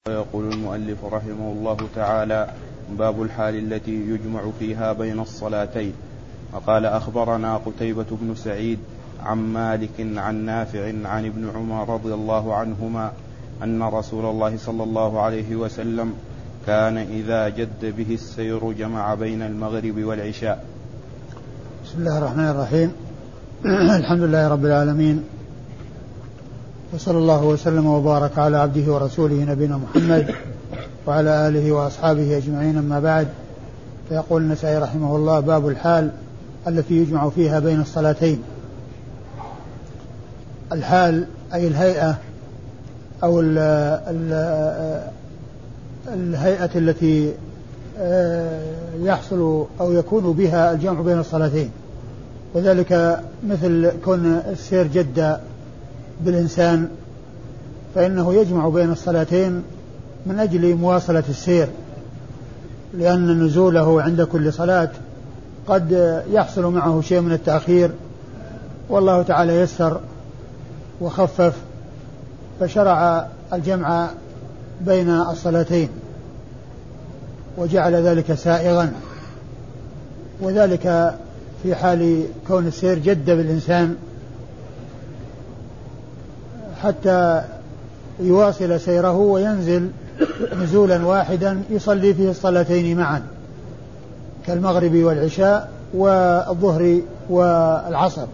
يقول المؤلف رحمه الله تعالى: باب الحال التي يجمع فيها بين الصلاتين. وقال: أخبرنا قتيبة بن سعيد عن مالك عن نافع عن ابن عمر رضي الله عنهما أن رسول الله صلى الله عليه وسلم كان إذا جد به السير جمع بين المغرب والعشاء. بسم الله الرحمن الرحيم. الحمد لله رب العالمين، وصلى الله وسلم وبارك على عبده ورسوله نبينا محمد وعلى آله وأصحابه أجمعين، أما بعد. فيقول النسائي رحمه الله: باب الحال التي يجمع فيها بين الصلاتين. الحال أي الهيئة أو الهيئة التي يحصل أو يكون بها الجمع بين الصلاتين، وذلك مثل كون السير جد بالإنسان، فإنه يجمع بين الصلاتين من أجل مواصلة السير، لأن نزوله عند كل صلاة قد يحصل معه شيء من التأخير، والله تعالى يسر وخفف، فشرع الجمع بين الصلاتين وجعل ذلك سائغا، وذلك في حال كون السير جد بالإنسان حتى يواصل سيره وينزل نزولا واحدا يصلي فيه الصلاتين معا، كالمغرب والعشاء والظهر والعصر.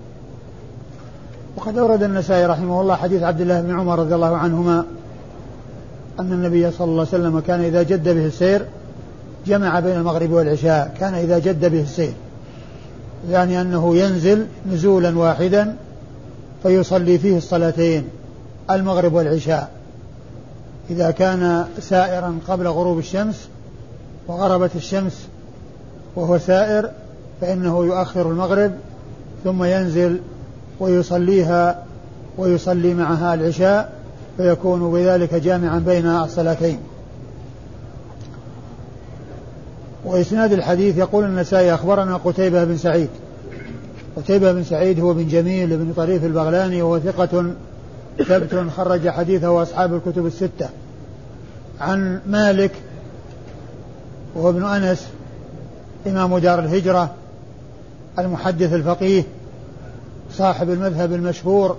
وقد أورد النسائي رحمه الله حديث عبد الله بن عمر رضي الله عنهما أن النبي صلى الله عليه وسلم كان إذا جد به السير جمع بين المغرب والعشاء. كان إذا جد به السير يعني أنه ينزل نزولا واحدا فيصلي فيه الصلاتين المغرب والعشاء. إذا كان سائرا قبل غروب الشمس وغربت الشمس وهو سائر فإنه يؤخر المغرب ثم ينزل ويصليها ويصلي معها العشاء، فيكون بذلك جامعا بين الصلاتين. وإسناد الحديث يقول النسائي: أخبرنا قتيبة بن سعيد. قتيبة بن سعيد هو بن جميل بن طريف البغلاني، وهو ثقة ثبت خرج حديثه أصحاب الكتب الستة. عن مالك وهو ابن أنس إمام دار الهجرة المحدث الفقيه صاحب المذهب المشهور،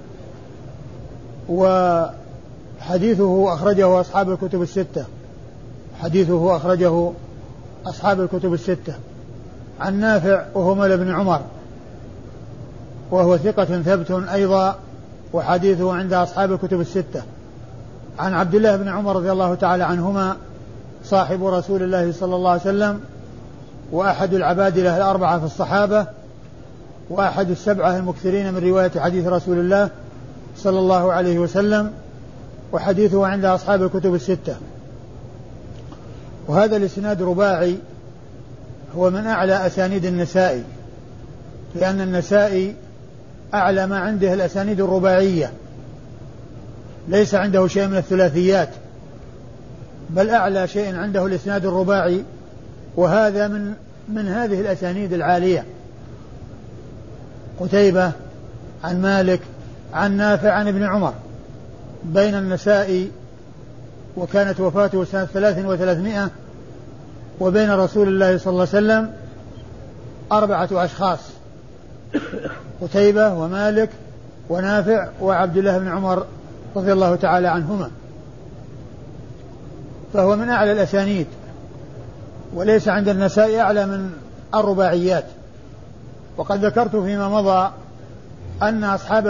وحديثه أخرجه أصحاب الكتب الستة. حديثه أخرجه أصحاب الكتب الستة. عن نافع وهو مولى بن عمر، وهو ثقة ثبت أيضا، وحديثه عند أصحاب الكتب الستة. عن عبد الله بن عمر رضي الله تعالى عنهما صاحب رسول الله صلى الله عليه وسلم، وأحد العبادلة الأربعة في الصحابة، وأحد السبعة المكثرين من رواية حديث رسول الله صلى الله عليه وسلم، وحديثه عند أصحاب الكتب الستة. وهذا الإسناد رباعي، هو من أعلى أسانيد النسائي، لأن النسائي أعلى ما عنده الأسانيد الرباعية، ليس عنده شيء من الثلاثيات، بل أعلى شيء عنده الإسناد الرباعي، وهذا من هذه الأسانيد العالية. قتيبة عن مالك عن نافع عن ابن عمر. بين النسائي وكانت وفاته سنة 300، وبين رسول الله صلى الله عليه وسلم 4 أشخاص: قتيبة ومالك ونافع وعبد الله بن عمر رضي الله تعالى عنهما، فهو من أعلى الأسانيد، وليس عند النسائي أعلى من الرباعيات. وقد ذكرت فيما مضى أن أصحاب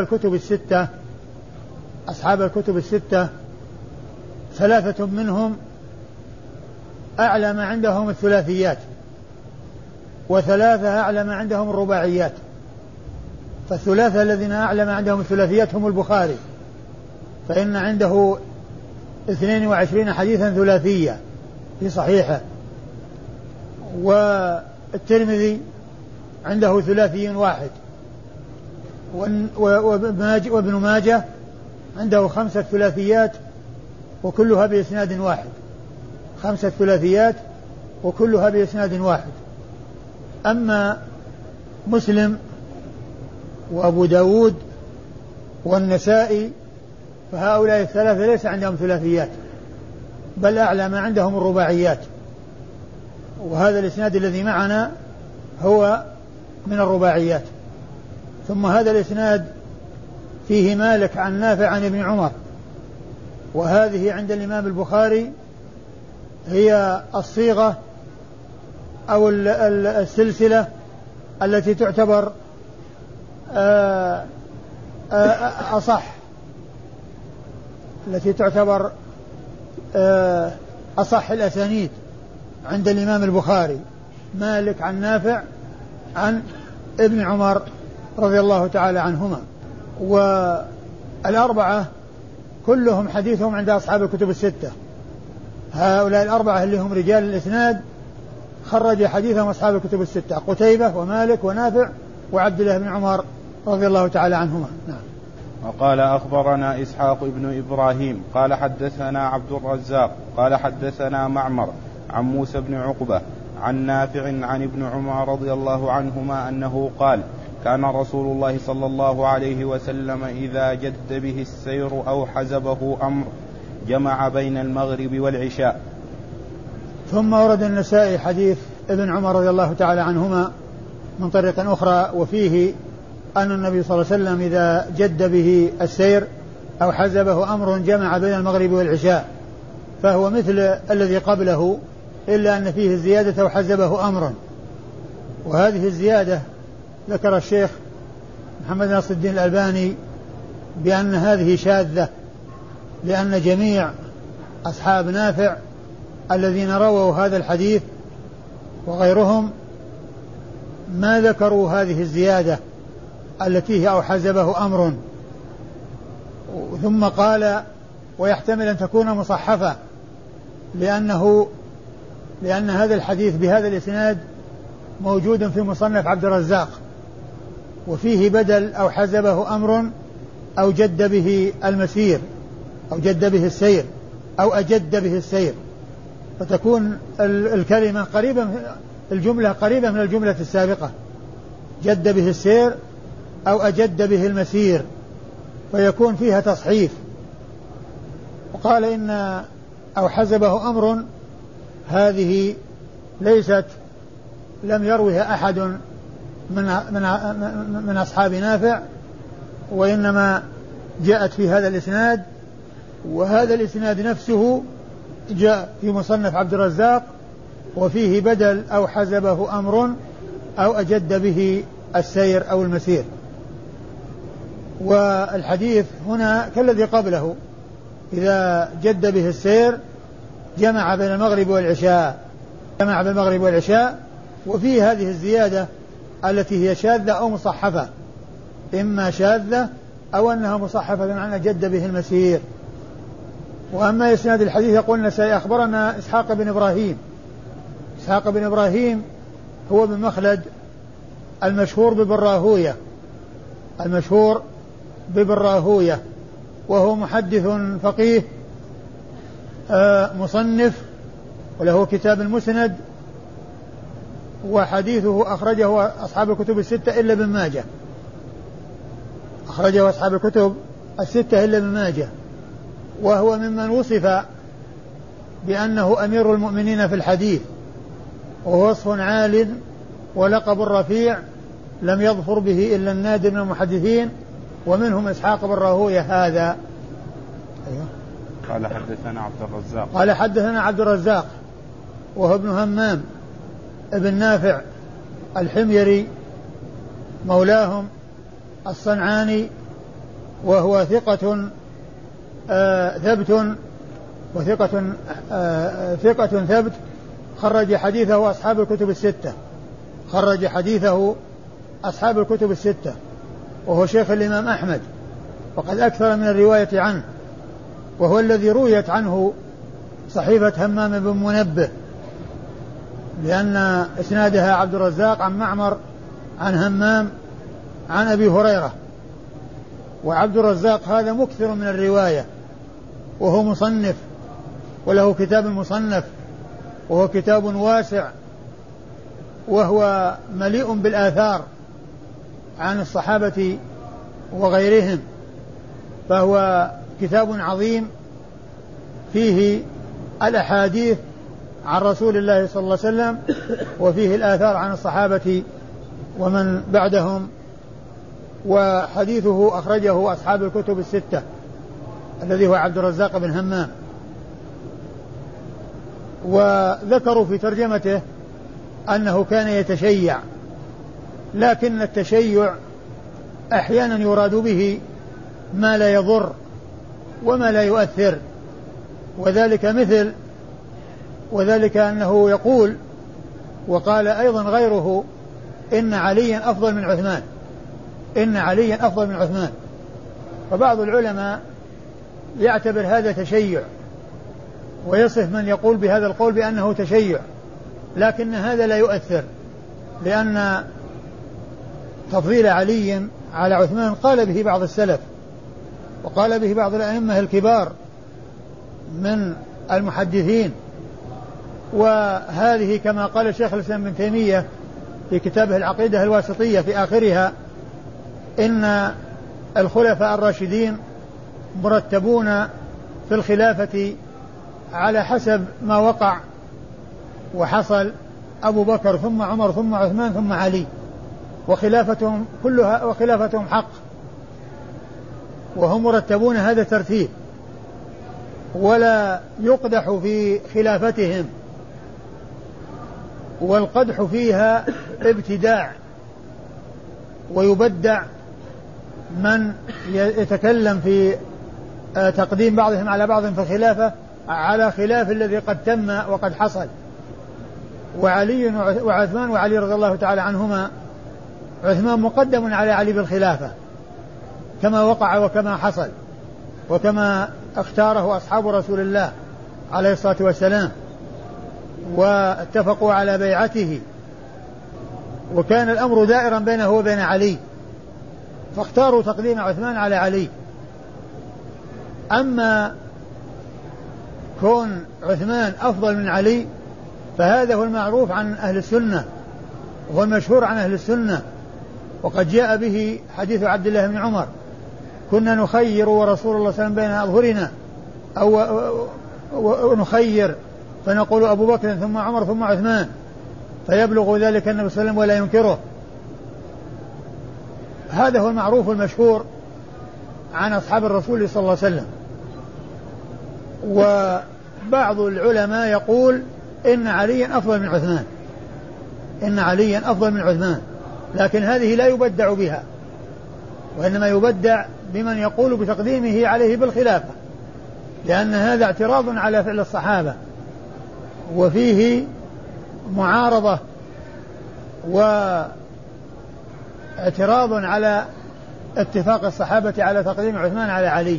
الكتب الستة 3 منهم أعلى ما عندهم الثلاثيات، و3 أعلى ما عندهم الرباعيات. فالثلاثة الذين أعلى ما عندهم الثلاثيات هم البخاري، فإن عنده 22 حديثا ثلاثية في صحيحه، والترمذي عنده ثلاثي واحد، وابن ماجه عنده 5 ثلاثيات وكلها بإسناد واحد. 5 ثلاثيات وكلها بإسناد واحد. أما مسلم وأبو داود والنسائي فهؤلاء 3 ليس عندهم ثلاثيات، بل أعلى ما عندهم الرباعيات، وهذا الإسناد الذي معنا هو من الرباعيات. ثم هذا الإسناد فيه مالك عن نافع عن ابن عمر، وهذه عند الإمام البخاري هي الصيغة أو السلسلة التي تعتبر أصح، التي تعتبر أصح الأسانيد عند الإمام البخاري، مالك عن نافع عن ابن عمر رضي الله تعالى عنهما. والأربعة كلهم حديثهم عند أصحاب الكتب الستة، هؤلاء الأربعة اللي هم رجال الإسناد خرج حديثهم أصحاب الكتب الستة، قتيبة ومالك ونافع وعبد الله بن عمر رضي الله تعالى عنهما. نعم. وقال أخبرنا إسحاق ابن إبراهيم قال حدثنا عبد الرزاق قال حدثنا معمر عن موسى بن عقبة عن نافع عن ابن عمر رضي الله عنهما أنه قال كان رسول الله صلى الله عليه وسلم إذا جد به السير أو حزبه أمر جمع بين المغرب والعشاء. ثم ورد النسائي حديث ابن عمر رضي الله تعالى عنهما من طريق أخرى، وفيه أن النبي صلى الله عليه وسلم إذا جد به السير أو حزبه أمر جمع بين المغرب والعشاء، فهو مثل الذي قبله إلا أن فيه الزيادة وحزبه أمر. وهذه الزيادة ذكر الشيخ محمد ناصر الدين الألباني بأن هذه شاذة، لأن جميع أصحاب نافع الذين رووا هذا الحديث وغيرهم ما ذكروا هذه الزيادة التي هي أو حزبه أمر. ثم قال ويحتمل أن تكون مصحفة، لأن هذا الحديث بهذا الإسناد موجود في مصنف عبد الرزاق، وفيه بدل أو حزبه أمر أو جد به المسير أو جد به السير أو أجد به السير، فتكون الكلمة قريبة، الجملة قريبة من الجملة السابقة، جد به السير أو أجد به المسير، فيكون فيها تصحيف. وقال إن أو حزبه أمر هذه ليست لم يروها أحد من أصحاب نافع، وإنما جاءت في هذا الإسناد، وهذا الإسناد نفسه جاء في مصنف عبد الرزاق، وفيه بدل أو حزبه أمر أو أجد به السير أو المسير. والحديث هنا كالذي قبله، إذا جد به السير جمع بين المغرب والعشاء، جمع بين المغرب والعشاء. وفيه هذه الزيادة التي هي شاذة أو مصحفة، إما شاذة أو أنها مصحفة معنى جد به المسير. وأما إسناد الحديث يقول النسائي أخبرنا إسحاق بن إبراهيم. إسحاق بن إبراهيم هو بن مخلد المشهور ببراهوية، المشهور ببراهوية، وهو محدث فقيه مصنف، وله كتاب المسند، وحديثه أخرجه أصحاب الكتب الستة إلا ابن ماجه، أخرجه أصحاب الكتب الستة إلا ابن ماجه. وهو ممن وصف بأنه أمير المؤمنين في الحديث، وهو وصف عال ولقب رفيع لم يظفر به إلا النادر من المحدثين، ومنهم إسحاق بن راهوية هذا. أيوه. قال حدثنا عبد الرزاق، قال حدثنا عبد الرزاق وهو ابن همام ابن نافع الحميري مولاهم الصنعاني، وهو ثقة ثبت، وثقة ثقة ثبت، خرج حديثه أصحاب الكتب الستة، خرج حديثه أصحاب الكتب الستة، وهو شيخ الإمام أحمد، وقد أكثر من الرواية عنه، وهو الذي رويت عنه صحيفة همام بن منبه، لأن إسنادها عبد الرزاق عن معمر عن همام عن أبي هريرة. وعبد الرزاق هذا مكثر من الرواية، وهو مصنف، وله كتاب مصنف، وهو كتاب واسع، وهو مليء بالآثار عن الصحابة وغيرهم، فهو كتاب عظيم فيه الأحاديث عن رسول الله صلى الله عليه وسلم، وفيه الآثار عن الصحابة ومن بعدهم. وحديثه أخرجه أصحاب الكتب الستة الذي هو عبد الرزاق بن همام. وذكروا في ترجمته أنه كان يتشيع، لكن التشيع أحيانا يراد به ما لا يضر وما لا يؤثر، وذلك أنه يقول، وقال أيضا غيره، إن عليا أفضل من عثمان، إن عليا أفضل من عثمان. فبعض العلماء يعتبر هذا تشيع، ويصف من يقول بهذا القول بأنه تشيع، لكن هذا لا يؤثر، لأن تفضيل علي على عثمان قال به بعض السلف، وقال به بعض الأئمة الكبار من المحدثين. وهذه كما قال الشيخ الإسلام ابن تيمية في كتابه العقيدة الواسطية في آخرها، إن الخلفاء الراشدين مرتبون في الخلافة على حسب ما وقع وحصل، أبو بكر ثم عمر ثم عثمان ثم علي، وخلافتهم كلها وخلافتهم حق، وهم مرتبون هذا الترتيب، ولا يقدح في خلافتهم، والقدح فيها ابتداع، ويبدع من يتكلم في تقديم بعضهم على بعض في الخلافة على خلاف الذي قد تم وقد حصل. وعلي وعثمان وعلي رضي الله تعالى عنهما، عثمان مقدم على علي بالخلافة كما وقع وكما حصل وكما اختاره أصحاب رسول الله عليه الصلاة والسلام، واتفقوا على بيعته، وكان الأمر دائرا بينه وبين علي، فاختاروا تقديم عثمان على علي. أما كون عثمان أفضل من علي فهذا هو المعروف عن أهل السنة، وهو المشهور عن أهل السنة، وقد جاء به حديث عبد الله بن عمر: كنا نخير ورسول الله صلى الله عليه وسلم بين أظهرنا، أو نخير فنقول أبو بكر ثم عمر ثم عثمان، فيبلغ ذلك النبي صلى الله عليه وسلم ولا ينكره. هذا هو المعروف المشهور عن أصحاب الرسول صلى الله عليه وسلم. وبعض العلماء يقول إن عليا أفضل من عثمان، إن عليا أفضل من عثمان، لكن هذه لا يبدع بها، وإنما يبدع بمن يقول بتقديمه عليه بالخلافة، لأن هذا اعتراض على فعل الصحابة، وفيه معارضة واعتراض على اتفاق الصحابة على تقديم عثمان على علي.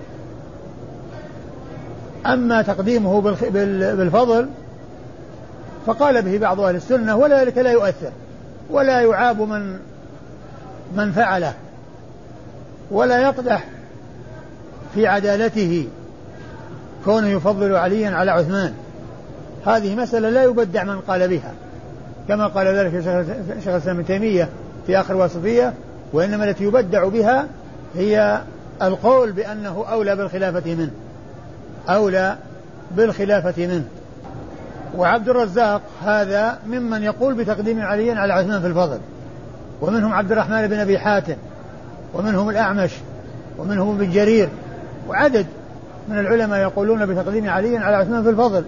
أما تقديمه بالفضل فقال به بعض أهل السنة، وذلك لا يؤثر ولا يعاب من فعله، ولا يقدح في عدالته كونه يفضل عليا على عثمان. هذه مسألة لا يبدع من قال بها، كما قال ذلك شيخ الإسلام ابن تيمية في آخر وصفية: وإنما التي يبدع بها هي القول بأنه أولى بالخلافة منه، أولى بالخلافة منه. وعبد الرزاق هذا ممن يقول بتقديم علي على عثمان في الفضل، ومنهم عبد الرحمن بن أبي حاتم، ومنهم الأعمش، ومنهم ابن جرير، وعدد من العلماء يقولون بتقديم علي على عثمان في الفضل.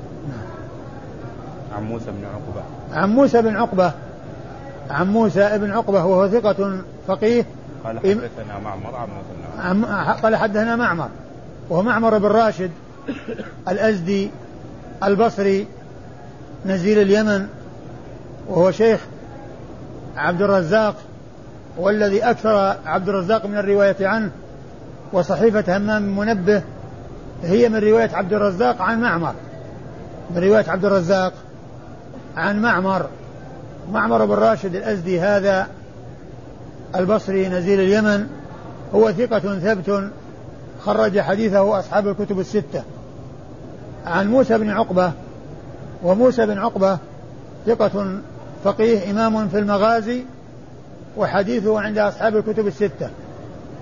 عن موسى بن عقبة، عن موسى بن عقبة، عن موسى بن عقبة وهو ثقة فقيه. قال حدثنا معمر عن موسى، قال حدثنا معمر، وهو معمر بن راشد الأزدي البصري نزيل اليمن، وهو شيخ عبد الرزاق، والذي أكثر عبد الرزاق من الرواية عنه. وصحيفة همام منبه هي من رواية عبد الرزاق عن معمر، من رواية عبد الرزاق عن معمر. معمر بن راشد الأزدي هذا البصري نزيل اليمن هو ثقة ثبت خرج حديثه أصحاب الكتب الستة. عن موسى بن عقبة، وموسى بن عقبة ثقة فقيه إمام في المغازي، وحديثه عند أصحاب الكتب الستة.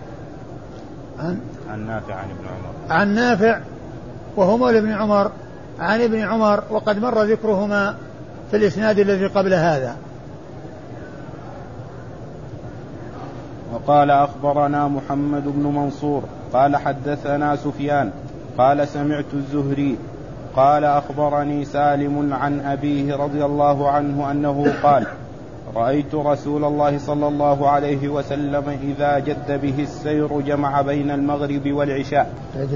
عن نافع عن ابن عمر، عن نافع وهو مولى ابن عمر عن ابن عمر وقد مر ذكرهما في الإسناد الذي قبل هذا. وقال أخبرنا محمد بن منصور قال حدثنا سفيان قال سمعت الزهري قال أخبرني سالم عن أبيه رضي الله عنه أنه قال رأيت رسول الله صلى الله عليه وسلم إذا جد به السير جمع بين المغرب والعشاء.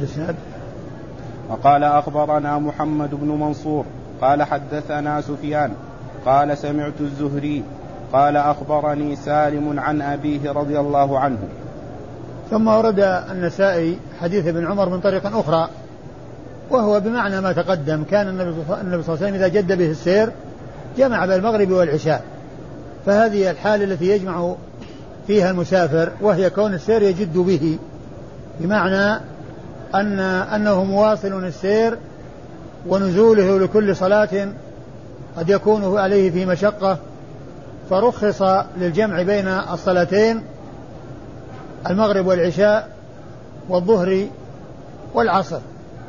وقال أخبرنا محمد بن منصور قال حدثنا سفيان قال سمعت الزهري قال أخبرني سالم عن أبيه رضي الله عنه. ثم ورد النسائي حديث ابن عمر من طريق أخرى وهو بمعنى ما تقدم. كان النبي صلى الله عليه وسلم إذا جد به السير جمع بين المغرب والعشاء، فهذه الحالة التي يجمع فيها المسافر، وهي كون السير يجد به، بمعنى أنه مواصل السير ونزوله لكل صلاة قد يكون عليه في مشقة، فرخص للجمع بين الصلاتين المغرب والعشاء والظهر والعصر.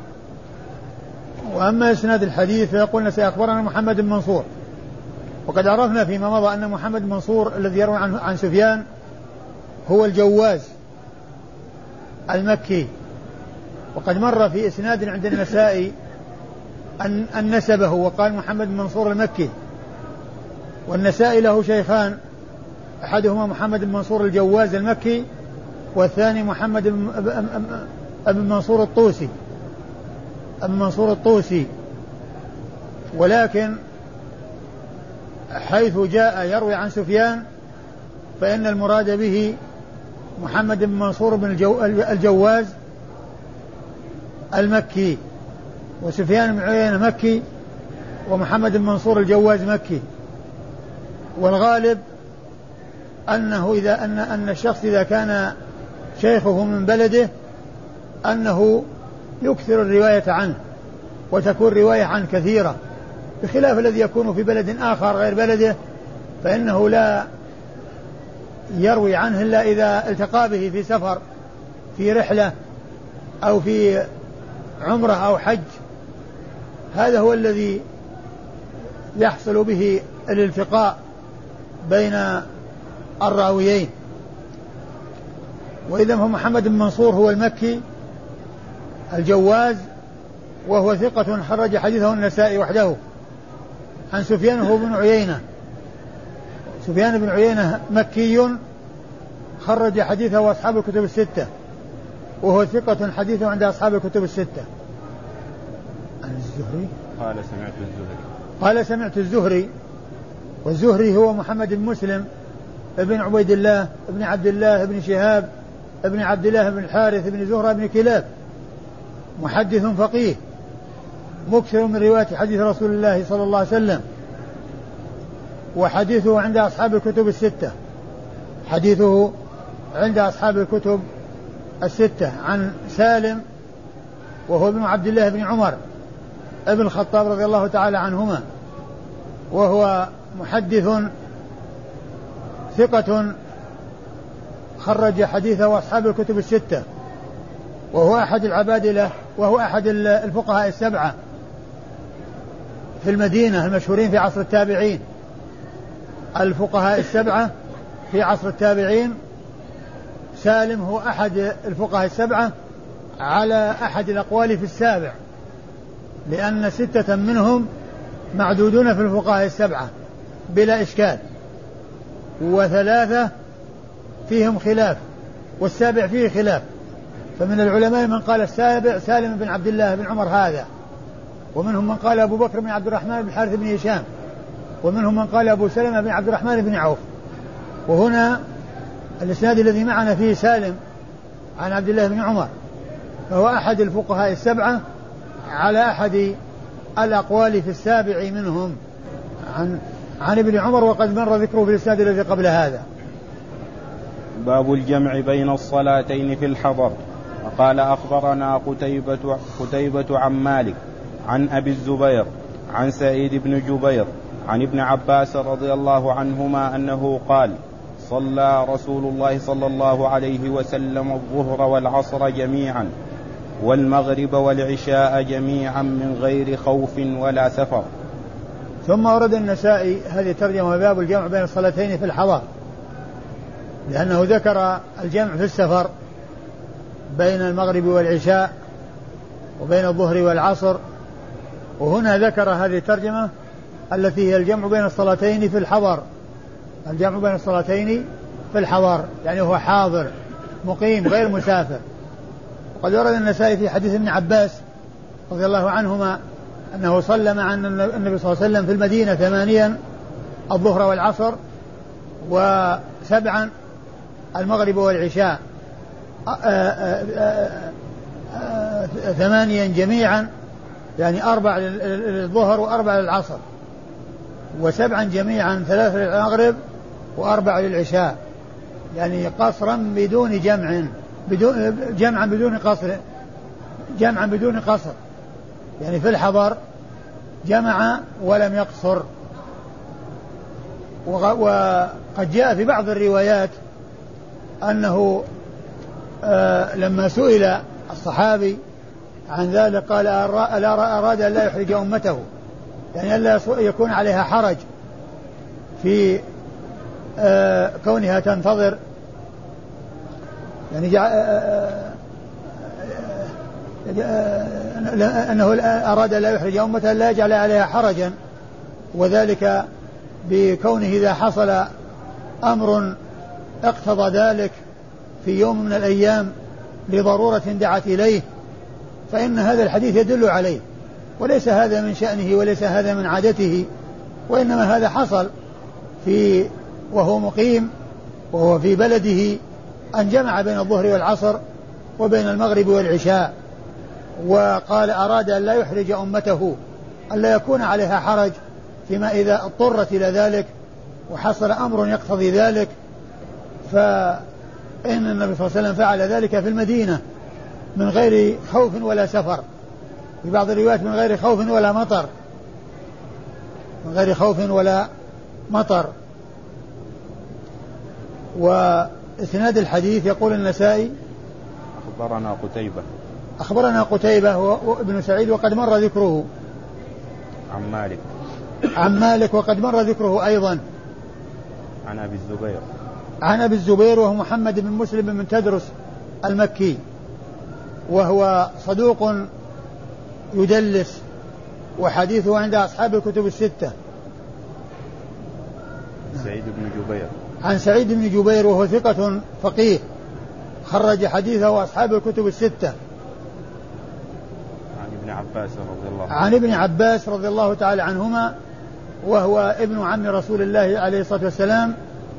وأما إسناد الحديث فيقولنا سيخبرنا محمد بن منصور، وقد عرفنا فيما مضى أن محمد بن منصور الذي يروي عن سفيان هو الجواز المكي، وقد مر في إسناد عند النسائي أن نسبه وقال محمد بن منصور المكي. والنسائي له شيخان، أحدهما محمد بن منصور الجواز المكي، والثاني محمد بن منصور الطوسي ولكن حيث جاء يروي عن سفيان فإن المراد به محمد بن منصور بن الجواز المكي، وسفيان بن عيينة مكي، ومحمد بن منصور الجواز مكي. والغالب أنه أن الشخص إذا كان شيخه من بلده أنه يكثر الرواية عنه وتكون رواية عنه كثيرة، بخلاف الذي يكون في بلد آخر غير بلده فإنه لا يروي عنه إلا إذا التقى به في سفر، في رحلة أو في عمرة أو حج. هذا هو الذي يحصل به الالتقاء بين الراويين. وإذا هو محمد بن منصور هو المكي الجواز، وهو ثقة خرج حديثه النسائي وحده عن سفيان هو بن عيينة. سفيان بن عيينة مكي خرج حديثه أصحاب الكتب الستة، وهو ثقة حديثه عند أصحاب الكتب الستة. عن الزهري قال سمعت الزهري، والزهري هو محمد بن مسلم ابن عبيد الله ابن عبد الله ابن شهاب ابن عبد الله بن الحارث ابن زهرة ابن كلاب، محدث فقيه مكثر من رواية حديث رسول الله صلى الله عليه وسلم، وحديثه عند أصحاب الكتب الستة، حديثه عند أصحاب الكتب الستة. عن سالم وهو ابن عبد الله بن عمر ابن الخطاب رضي الله تعالى عنهما، وهو محدث ثقة خرج حديثه أصحاب الكتب الستة، وهو أحد العبادلة، وهو أحد الفقهاء السبعة في المدينة المشهورين في عصر التابعين. الفقهاء السبعة في عصر التابعين، سالم هو أحد الفقهاء السبعة على أحد الأقوال في السابع، لأن 6 منهم معدودون في الفقهاء السبعة بلا إشكال، و3 فيهم خلاف، والسابع فيه خلاف. فمن العلماء من قال السابع سالم بن عبد الله بن عمر هذا، ومنهم من قال أبو بكر بن عبد الرحمن بن الحارث بن هشام، ومنهم من قال أبو سلمة بن عبد الرحمن بن عوف. وهنا الإسناد الذي معنا فيه سالم عن عبد الله بن عمر، فهو أحد الفقهاء السبعة على أحد الأقوال في السابع منهم عن ابن عمر، وقد مر ذكره في الإسناد الذي قبل هذا. باب الجمع بين الصلاتين في الحضر. وقال أخبرنا قتيبة عن مالك عن أبي الزبير عن سعيد بن جبير عن ابن عباس رضي الله عنهما أنه قال صلى رسول الله صلى الله عليه وسلم الظهر والعصر جميعا، والمغرب والعشاء جميعا من غير خوف ولا سفر. ثم ورد النسائي هذه الترجمة باب الجمع بين الصلاتين في الحضر، لأنه ذكر الجمع في السفر بين المغرب والعشاء وبين الظهر والعصر، وهنا ذكر هذه الترجمة التي هي الجمع بين الصلاتين في الحضر، الجمع بين الصلاتين في الحضر يعني هو حاضر مقيم غير مسافر. وقد ورد النسائي في حديث ابن عباس رضي الله عنهما أنه صلى مع النبي صلى الله عليه وسلم في المدينة 8 الظهر والعصر، و7 المغرب والعشاء، 8 جميعا يعني 4 للظهر و4 للعصر، و7 جميعا 3 للمغرب و4 للعشاء، يعني قصرا بدون جمعا بدون قصر، جمعا بدون قصر، يعني في الحضر جمع ولم يقصر. وقد جاء في بعض الروايات أنه لما سئل الصحابي عن ذلك قال أراد أن لا يحرج أمته، يعني ألا يكون عليها حرج في كونها تنتظر، يعني أنه أراد لا يحرج أمته لا يجعل عليها حرجا، وذلك بكونه إذا حصل أمر اقتضى ذلك في يوم من الأيام لضرورة دعت إليه فإن هذا الحديث يدل عليه، وليس هذا من شأنه وليس هذا من عادته، وإنما هذا حصل وهو مقيم وهو في بلده أن جمع بين الظهر والعصر وبين المغرب والعشاء، وقال أراد أن لا يحرج أمته أن لا يكون عليها حرج فيما إذا اضطرت إلى ذلك وحصل أمر يقتضي ذلك، فإن النبي صلى الله عليه وسلم فعل ذلك في المدينة من غير خوف ولا سفر، في بعض الروايات من غير خوف ولا مطر، من غير خوف ولا مطر. وإسناد الحديث يقول النسائي أخبرنا قتيبة وابن سعيد وقد مر ذكره، عن مالك وقد مر ذكره أيضا، عن أبي الزبير وهو محمد بن مسلم بن تدرس المكي، وهو صدوق يدلس وحديثه عند أصحاب الكتب الستة. عن سعيد بن جبير وهو ثقة فقيه خرج حديثه أصحاب الكتب الستة. عن ابن عباس رضي الله تعالى عنهما وهو ابن عم رسول الله عليه الصلاة والسلام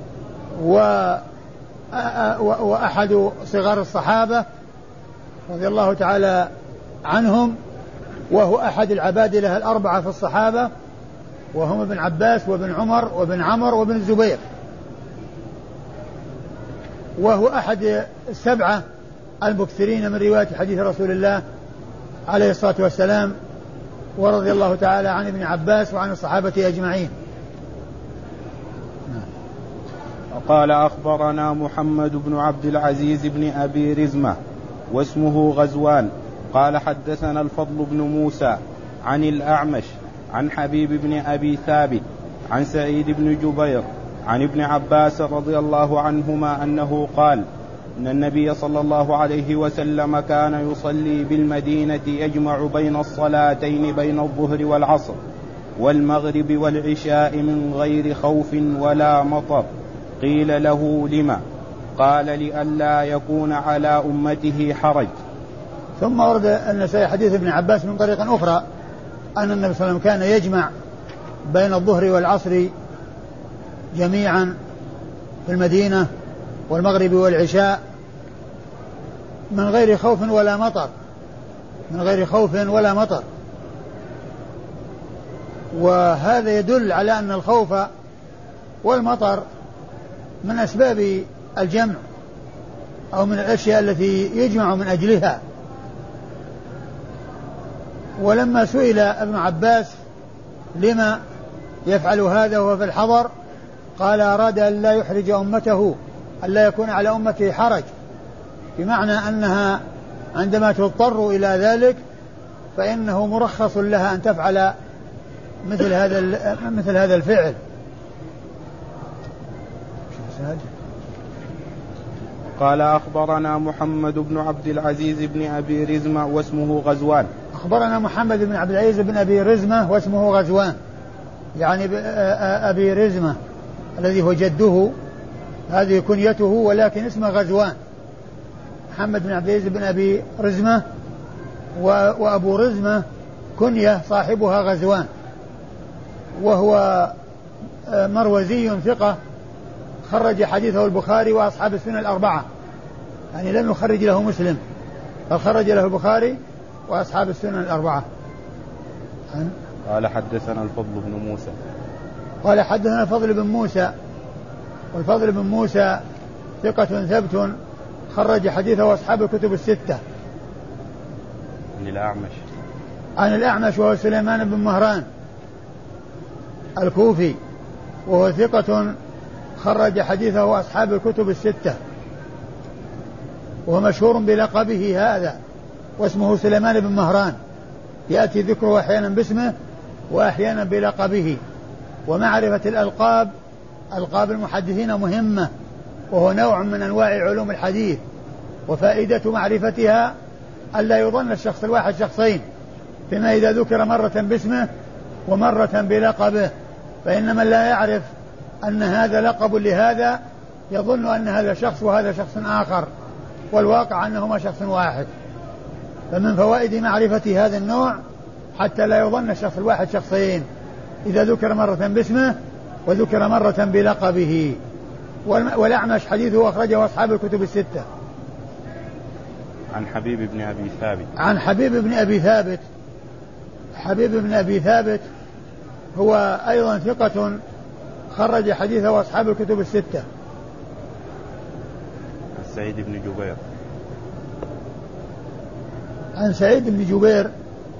وأحد صغار الصحابة رضي الله تعالى عنهم، وهو أحد العبادلة الأربعة في الصحابة، وهم ابن عباس وابن عمر وابن عمرو وابن الزبير، وهو أحد السبعة المكثرين من رواية حديث رسول الله عليه الصلاة والسلام، ورضي الله تعالى عن ابن عباس وعن الصحابة أجمعين. وقال أخبرنا محمد بن عبد العزيز بن أبي رزمة واسمه غزوان قال حدثنا الفضل بن موسى عن الأعمش عن حبيب بن أبي ثابت عن سعيد بن جبير عن ابن عباس رضي الله عنهما أنه قال إن النبي صلى الله عليه وسلم كان يصلي بالمدينة يجمع بين الصلاتين بين الظهر والعصر والمغرب والعشاء من غير خوف ولا مطر. قيل له لما؟ قال لئلا يكون على أمته حرج. ثم ورد النسائي حديث ابن عباس من طريق أخرى أن النبي صلى الله عليه وسلم كان يجمع بين الظهر والعصر جميعا في المدينة والمغرب والعشاء من غير خوف ولا مطر، من غير خوف ولا مطر. وهذا يدل على أن الخوف والمطر من أسباب الجمع أو من الأشياء التي يجمع من أجلها. ولما سئل ابن عباس لما يفعل هذا وهو في الحضر قال أراد أن لا يحرج أمته، أن لا يكون على أمته حرج، بمعنى أنها عندما تضطر إلى ذلك فإنه مرخص لها أن تفعل مثل هذا الفعل. قال أخبرنا محمد بن عبد العزيز بن أبي رزمة واسمه غزوان. أخبرنا محمد بن عبد العزيز بن أبي رزمة واسمه غزوان، يعني أبي رزمة الذي هو جده، هذه كنيته ولكن اسمه غزوان. محمد بن عبد العزيز بن أبي رزمة وأبو رزمة كنية صاحبها غزوان، وهو مروزي ثقة خرج حديثه البخاري وأصحاب السنن الأربعة، يعني لم يخرج له مسلم بل خرج له البخاري وأصحاب السنن الأربعة. قال حدثنا الفضل بن موسى. قال حدثنا الفضل بن موسى، والفضل بن موسى ثقة ثبت خرج حديثه أصحاب الكتب الستة. عن الأعمش وهو سليمان بن مهران الكوفي، وهو ثقة خرج حديثه أصحاب الكتب الستة، وهو مشهور بلقبه هذا، واسمه سليمان بن مهران، يأتي ذكره أحيانا باسمه وأحيانا بلقبه. ومعرفة الألقاب، ألقاب المحدثين مهمة، وهو نوع من أنواع علوم الحديث، وفائدة معرفتها ألا يظن الشخص الواحد شخصين، فيما إذا ذكر مرة باسمه ومرة بلقبه، فإن من لا يعرف أن هذا لقب لهذا يظن أن هذا شخص وهذا شخص آخر، والواقع أنهما شخص واحد. فمن فوائد معرفة هذا النوع حتى لا يظن الشخص الواحد شخصين، إذا ذكر مرة باسمه وذكر مرة بلقبه. والأعمش حديثه أخرجه أصحاب الكتب الستة. عن حبيب بن أبي ثابت. عن حبيب بن أبي ثابت. حبيب بن أبي ثابت هو أيضا ثقة خرج حديثه أصحاب الكتب الستة. سعيد بن جبير. عن سعيد بن جبير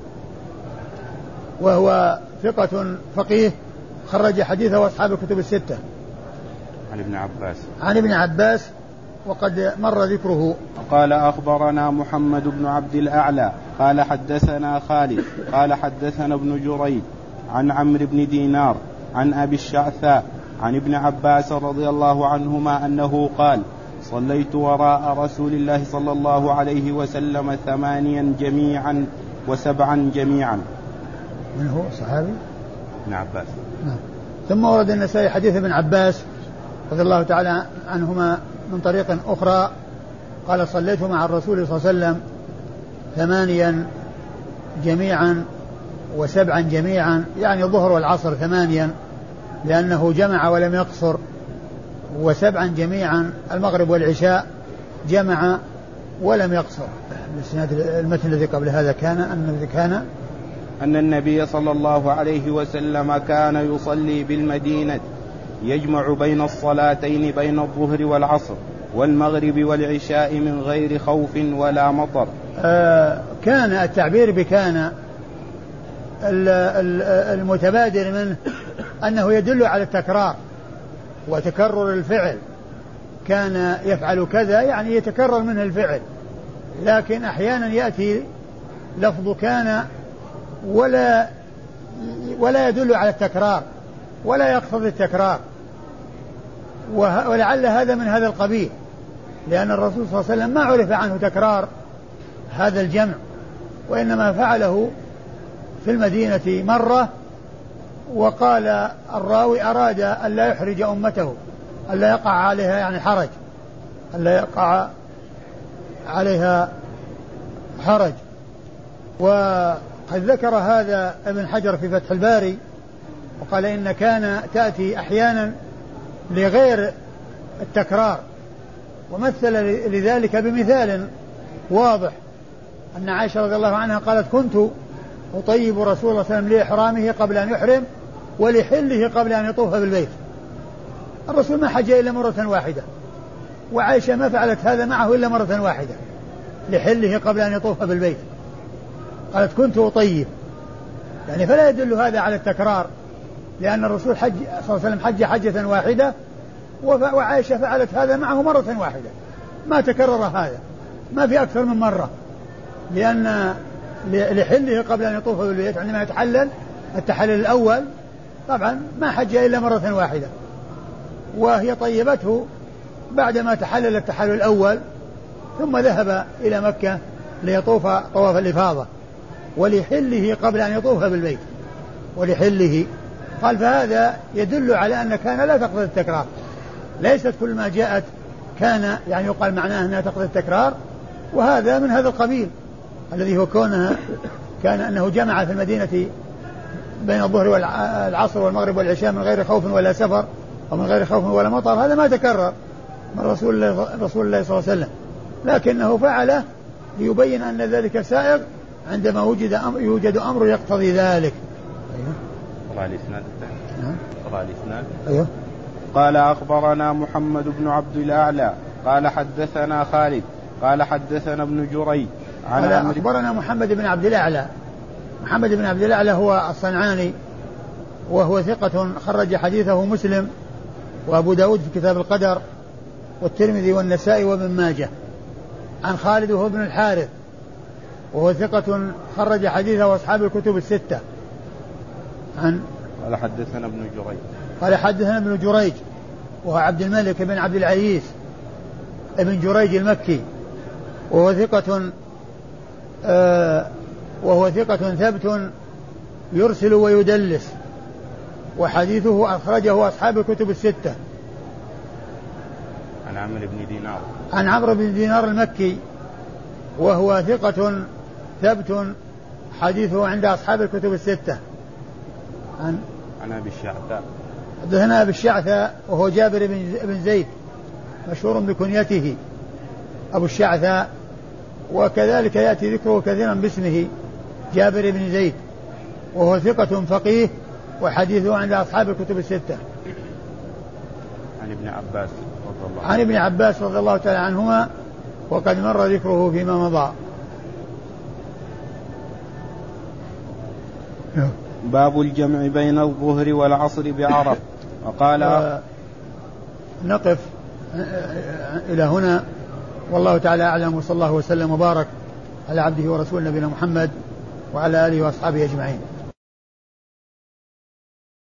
وهو ثقة فقيه خرج حديثه أصحاب الكتب الستة. عن ابن عباس. عن ابن عباس وقد مر ذكره. قال أخبرنا محمد بن عبد الأعلى قال حدثنا خالد قال حدثنا ابن جريج عن عمرو بن دينار عن أبي الشعثاء عن ابن عباس رضي الله عنهما أنه قال: صليت وراء رسول الله صلى الله عليه وسلم 8 جميعا و7 جميعا. من هو صحابي؟ ابن عباس. ثم ورد النسائي حديث ابن عباس رضي الله تعالى عنهما من طريق أخرى قال: صليت مع الرسول صلى الله عليه وسلم 8 جميعا و7 جميعا، يعني الظهر والعصر 8 لأنه جمع ولم يقصر، و7 جميعا المغرب والعشاء جمع ولم يقصر. المتن الذي قبل هذا كان أن النبي صلى الله عليه وسلم كان يصلي بالمدينة يجمع بين الصلاتين بين الظهر والعصر والمغرب والعشاء من غير خوف ولا مطر. كان التعبير بكان المتبادر منه أنه يدل على التكرار وتكرر الفعل، كان يفعل كذا يعني يتكرر منه الفعل، لكن أحيانا يأتي لفظ كان ولا يدل على التكرار ولا يقتضي التكرار، ولعل هذا من هذا القبيل، لأن الرسول صلى الله عليه وسلم ما عرف عنه تكرار هذا الجمع، وإنما فعله في المدينة مرة، وقال الراوي أراد أن لا يحرج أمته، أن لا يقع عليها يعني حرج، أن لا يقع عليها حرج. وقد ذكر هذا ابن حجر في فتح الباري وقال إن كان تأتي أحيانا لغير التكرار، ومثل لذلك بمثال واضح أن عائشة رضي الله عنها قالت: كنت أطيب رسول الله صلى الله عليه وسلم لإحرامه قبل أن يحرم ولحله قبل أن يطوف بالبيت. الرسول ما حج إلا مرة واحدة، وعائشة ما فعلت هذا معه إلا مرة واحدة لحله قبل أن يطوف بالبيت، قالت: كنت أطيب، يعني فلا يدل هذا على التكرار، لأن الرسول صلى الله عليه وسلم حج حجة واحدة، وعائشة فعلت هذا معه مرة واحدة، ما تكرر هذا، ما في أكثر من مرة، لأن لحله قبل أن يطوف بالبيت عندما يتحلل التحلل الأول طبعا ما حج إلا مرة واحدة، وهي طيبته بعدما تحلل التحلل الأول ثم ذهب إلى مكة ليطوف طواف الإفاضة، ولحله قبل أن يطوف بالبيت ولحله. قال فهذا يدل على أن كان لا تقتضي التكرار، ليست كل ما جاءت كان يعني يقال معناه أنها تقتضي التكرار، وهذا من هذا القبيل الذي هو كونها كان أنه جمع في المدينة بين الظهر والعصر والمغرب والعشاء من غير خوف ولا سفر ومن غير خوف ولا مطر، هذا ما تكرر من رسول الله صلى الله عليه وسلم، لكنه فعله ليبين أن ذلك سائغ عندما يوجد أمر يقتضي ذلك. أيوه. قال أخبرنا محمد بن عبد الأعلى قال حدثنا خالد قال حدثنا ابن جريج قال أخبرنا محمد بن عبد الأعلى. محمد بن عبد الأعلى هو الصنعاني وهو ثقة خرج حديثه مسلم وأبو داود في كتاب القدر والترمذي والنسائي وابن ماجه. عن خالد وهو ابن الحارث وهو ثقة خرج حديثه وأصحاب الكتب الستة. قال حدثنا ابن جريج قال حدثنا ابن جريج وهو عبد الملك بن عبد العزيز ابن جريج المكي وهو ثقة ثبت يرسل ويدلس، وحديثه أخرجه أصحاب الكتب الستة. عن عمرو بن دينار المكي وهو ثقة ثبت حديثه عند أصحاب الكتب الستة. عن أبي الشعثاء حدثنا أبي الشعثاء وهو جابر بن زيد مشهور بكنيته أبو الشعثاء، وكذلك يأتي ذكره كثيرا باسمه جابر بن زيد، وهو ثقة فقيه وحديثه عند أصحاب الكتب الستة. عن ابن عباس رضي الله تعالى عنهما وقد مر ذكره فيما مضى. باب الجمع بين الظهر والعصر بعرف. وقال نقف إلى هنا، والله تعالى أعلم، وصلى الله وسلم وبارك على عبده ورسوله نبينا محمد وعلى آله وأصحابه أجمعين.